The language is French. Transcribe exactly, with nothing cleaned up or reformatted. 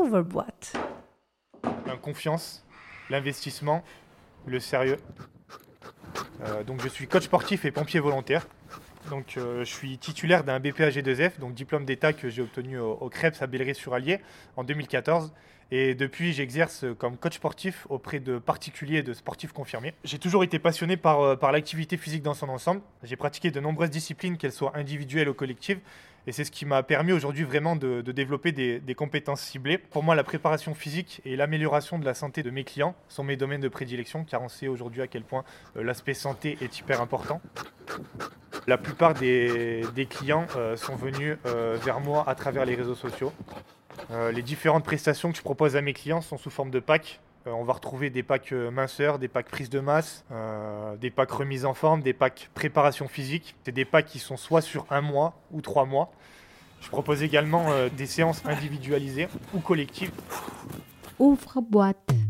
Overboîte. La confiance, l'investissement, le sérieux. Euh, donc je suis coach sportif et pompier volontaire. Donc euh, je suis titulaire d'un B P A G deux F, donc diplôme d'État que j'ai obtenu au, au CREPS à Bellerive-sur-Allier en deux mille quatorze. Et depuis, j'exerce comme coach sportif auprès de particuliers et de sportifs confirmés. J'ai toujours été passionné par, euh, par l'activité physique dans son ensemble. J'ai pratiqué de nombreuses disciplines, qu'elles soient individuelles ou collectives. Et c'est ce qui m'a permis aujourd'hui vraiment de, de développer des, des compétences ciblées. Pour moi, la préparation physique et l'amélioration de la santé de mes clients sont mes domaines de prédilection, car on sait aujourd'hui à quel point euh, l'aspect santé est hyper important. La plupart des, des clients euh, sont venus euh, vers moi à travers les réseaux sociaux. Euh, les différentes prestations que je propose à mes clients sont sous forme de packs. Euh, on va retrouver des packs euh, minceurs, des packs prise de masse, euh, des packs remise en forme, des packs préparation physique. C'est des packs qui sont soit sur un mois ou trois mois. Je propose également euh, des séances individualisées ou collectives. Ouvre boîte.